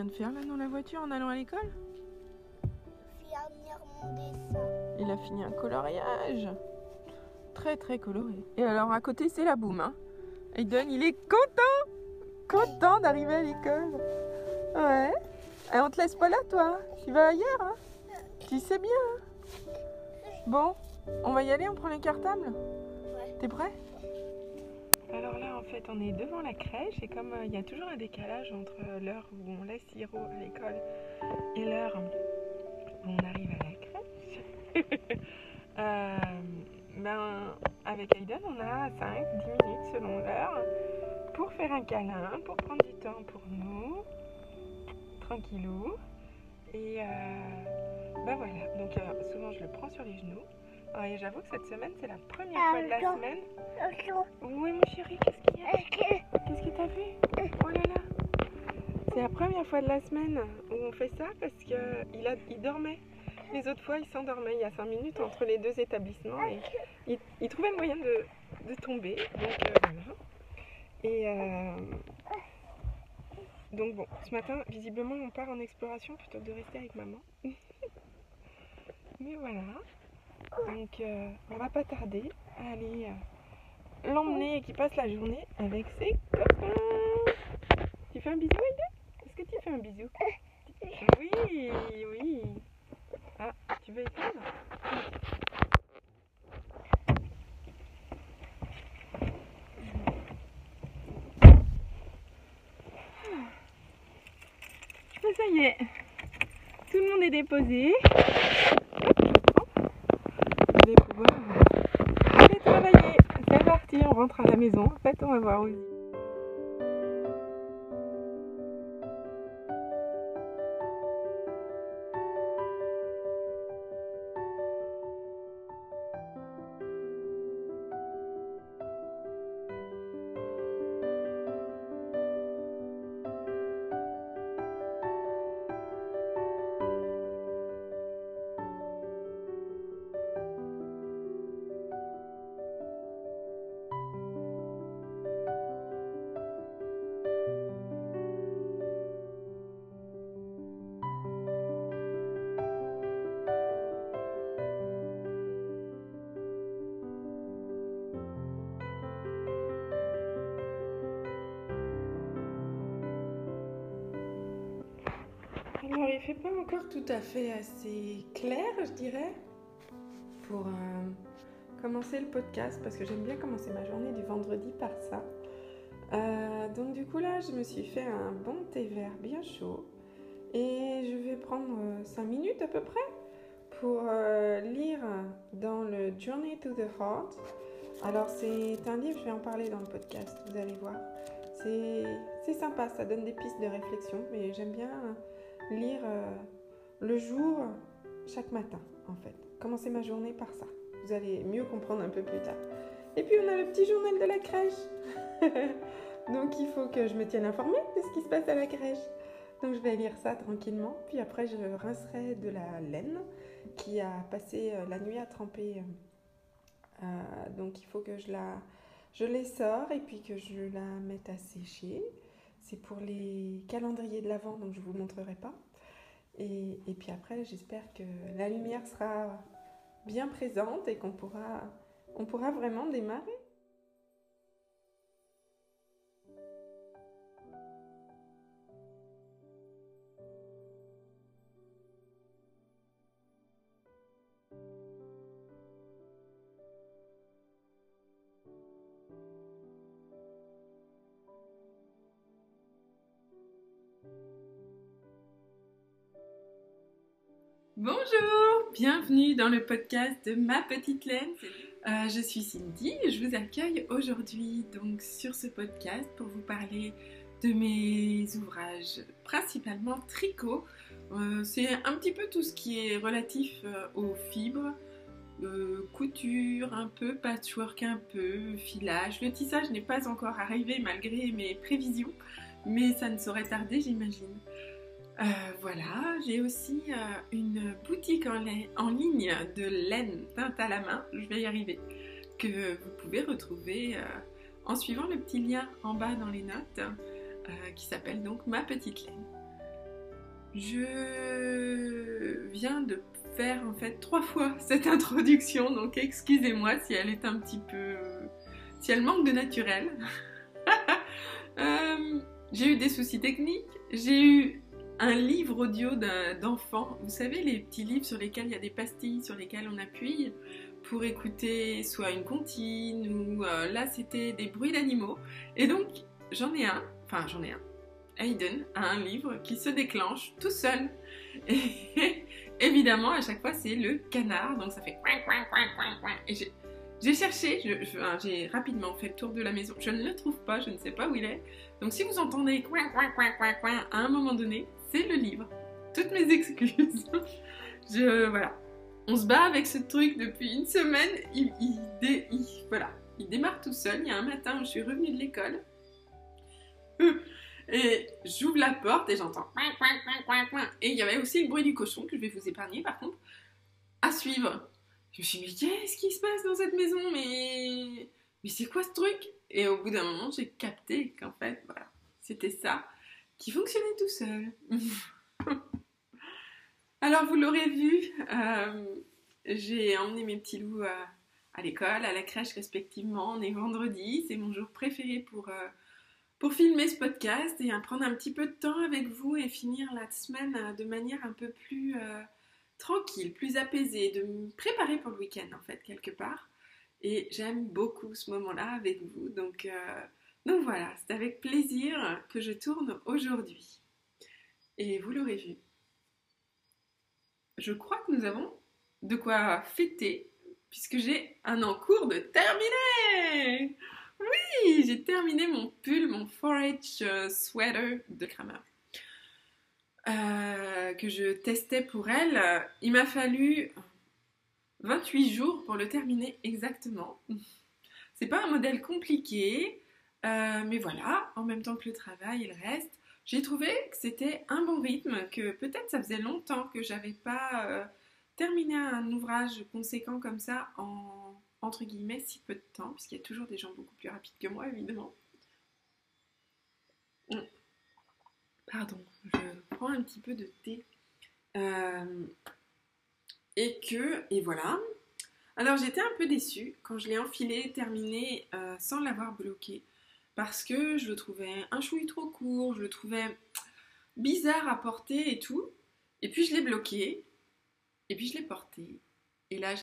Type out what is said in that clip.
de faire là dans la voiture en allant à l'école? Finir mon dessin. Il a fini un coloriage. Très très coloré. Et alors à côté c'est la boum. Hein. Aiden il est content d'arriver à l'école. Ouais. Et on te laisse pas là toi. Tu vas ailleurs. Hein. Tu sais bien. Hein. Bon, on va y aller, on prend les cartables. Ouais. T'es prêt? Alors là en fait on est devant la crèche et comme il y a toujours un décalage entre l'heure où on laisse Hiro à l'école et l'heure où on arrive à la crèche. Avec Aiden, on a 5-10 minutes selon l'heure pour faire un câlin, pour prendre du temps pour nous, tranquillou. Et voilà, donc souvent je le prends sur les genoux. Et j'avoue que cette semaine, c'est la première fois de la semaine. Oui, mon chéri, qu'est-ce qu'il y a? Qu'est-ce que t'as fait? Oh là là! C'est la première fois de la semaine où on fait ça parce qu'il dormait. Les autres fois, il s'endormait il y a 5 minutes entre les deux établissements et il trouvait le moyen de tomber. Donc voilà. Et donc bon, ce matin, visiblement, on part en exploration plutôt que de rester avec maman. Mais voilà. Donc on va pas tarder à aller l'emmener et qu'il passe la journée avec ses copains. Tu fais un bisou, Aiden? Est-ce que tu fais un bisou? Oui, oui. Ah, tu veux éteindre? Ça y est, tout le monde est déposé. Vous allez pouvoir aller travailler. C'est parti, on rentre à la maison. En fait, on va voir aussi. Alors, il fait pas encore tout à fait assez clair, je dirais, pour commencer le podcast, parce que j'aime bien commencer ma journée du vendredi par ça. Donc du coup là, je me suis fait un bon thé vert bien chaud et je vais prendre 5 minutes à peu près pour lire dans le Journey to the Heart. Alors c'est un livre, je vais en parler dans le podcast, vous allez voir. C'est sympa, ça donne des pistes de réflexion, mais j'aime bien lire le jour chaque matin en fait. Commencer ma journée par ça. Vous allez mieux comprendre un peu plus tard. Et puis on a le petit journal de la crèche. Donc il faut que je me tienne informée de ce qui se passe à la crèche. Donc je vais lire ça tranquillement. Puis après je rincerai de la laine qui a passé la nuit à tremper. Donc il faut que je les sors et puis que je la mette à sécher. C'est pour les calendriers de l'Avent, donc je ne vous montrerai pas. Et puis après, j'espère que la lumière sera bien présente et qu'on pourra vraiment démarrer. Bonjour, bienvenue dans le podcast de Ma Petite Laine. Je suis Cindy et je vous accueille aujourd'hui donc sur ce podcast pour vous parler de mes ouvrages, principalement tricot. C'est un petit peu tout ce qui est relatif aux fibres, couture un peu, patchwork un peu, filage. Le tissage n'est pas encore arrivé malgré mes prévisions, mais ça ne saurait tarder j'imagine. Voilà, j'ai aussi une boutique en ligne de laine teinte à la main, je vais y arriver, que vous pouvez retrouver en suivant le petit lien en bas dans les notes qui s'appelle donc Ma Petite Laine. Je viens de faire en fait 3 fois cette introduction, donc excusez-moi si elle est un petit peu... si elle manque de naturel. J'ai eu des soucis techniques, j'ai eu un livre audio d'enfant, vous savez les petits livres sur lesquels il y a des pastilles sur lesquelles on appuie pour écouter soit une comptine ou là c'était des bruits d'animaux. Et donc j'en ai un. Hayden a un livre qui se déclenche tout seul. Et évidemment, à chaque fois, c'est le canard. Donc ça fait coin, coin, coin, coin, coin. Et j'ai cherché, j'ai rapidement fait le tour de la maison. Je ne le trouve pas, je ne sais pas où il est. Donc si vous entendez coin, coin, coin, coin, coin, à un moment donné, c'est le livre. Toutes mes excuses. Voilà. On se bat avec ce truc depuis une semaine. Voilà. Il démarre tout seul. Il y a un matin où je suis revenue de l'école. Et j'ouvre la porte et j'entends coin, coin, coin, coin, coin. Et il y avait aussi le bruit du cochon que je vais vous épargner par contre. À suivre. Je me suis dit, mais qu'est-ce qui se passe dans cette maison? Mais c'est quoi ce truc? Et au bout d'un moment, j'ai capté qu'en fait, voilà, c'était ça qui fonctionnait tout seul. Alors, vous l'aurez vu, j'ai emmené mes petits loups à l'école, à la crèche respectivement. On est vendredi, c'est mon jour préféré pour filmer ce podcast et prendre un petit peu de temps avec vous et finir la semaine de manière un peu plus tranquille, plus apaisée, de me préparer pour le week-end en fait, quelque part. Et j'aime beaucoup ce moment-là avec vous. Donc voilà, c'est avec plaisir que je tourne aujourd'hui. Et vous l'aurez vu, je crois que nous avons de quoi fêter puisque j'ai un en cours de terminer. Oui, j'ai terminé mon pull, mon forage sweater de Kramer. Que je testais pour elle. Il m'a fallu 28 jours pour le terminer exactement. C'est pas un modèle compliqué, mais voilà, en même temps que le travail et le reste, j'ai trouvé que c'était un bon rythme, que peut-être ça faisait longtemps que j'avais pas terminé un ouvrage conséquent comme ça en, entre guillemets, si peu de temps, puisqu'il y a toujours des gens beaucoup plus rapides que moi, évidemment. Pardon, je prends un petit peu de thé. Et voilà. Alors j'étais un peu déçue quand je l'ai enfilé, terminé, sans l'avoir bloqué. Parce que je le trouvais un chouï trop court, je le trouvais bizarre à porter et tout. Et puis je l'ai bloqué, et puis je l'ai porté. Et là